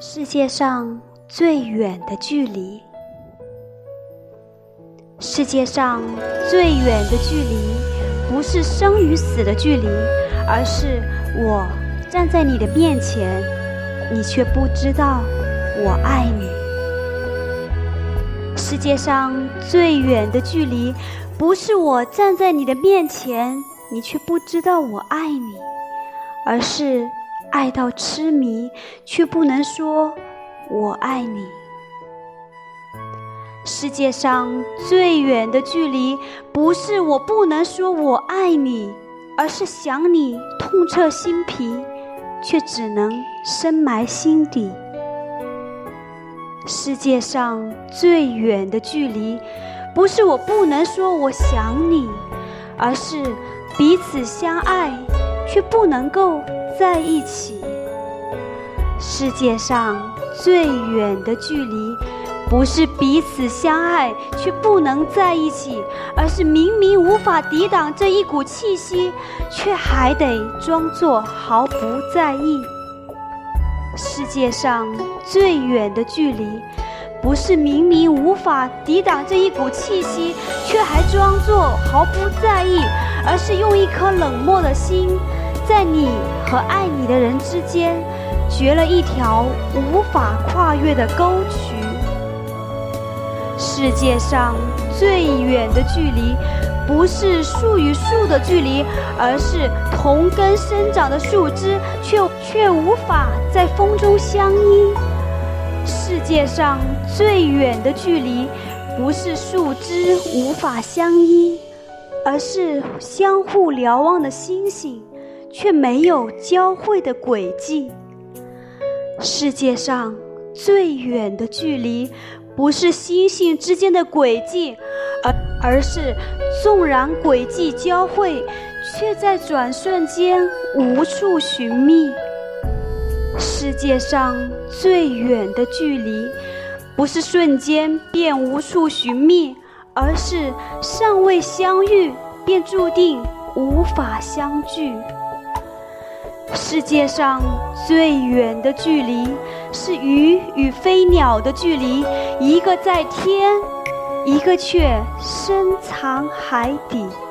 世界上最远的距离，世界上最远的距离，不是生与死的距离，而是我站在你的面前，你却不知道我爱你。世界上最远的距离，不是我站在你的面前，你却不知道我爱你，而是爱到痴迷，却不能说我爱你。世界上最远的距离，不是我不能说我爱你，而是想你痛彻心脾，却只能深埋心底。世界上最远的距离，不是我不能说我想你，而是彼此相爱，却不能够在一起。世界上最远的距离，不是彼此相爱却不能在一起，而是明明无法抵挡这一股气息，却还得装作毫不在意。世界上最远的距离，不是明明无法抵挡这一股气息，却还装作毫不在意，而是用一颗冷漠的心，在你和爱你的人之间掘了一条无法跨越的沟渠。世界上最远的距离，不是树与树的距离，而是同根生长的树枝却无法在风中相依。世界上最远的距离，不是树枝无法相依，而是相互瞭望的星星却没有交汇的轨迹。世界上最远的距离，不是星星之间的轨迹，而是纵然轨迹交汇，却在转瞬间无处寻觅。世界上最远的距离，不是瞬间便无处寻觅，而是尚未相遇便注定无法相聚。世界上最远的距离，是鱼与飞鸟的距离，一个在天，一个却深藏海底。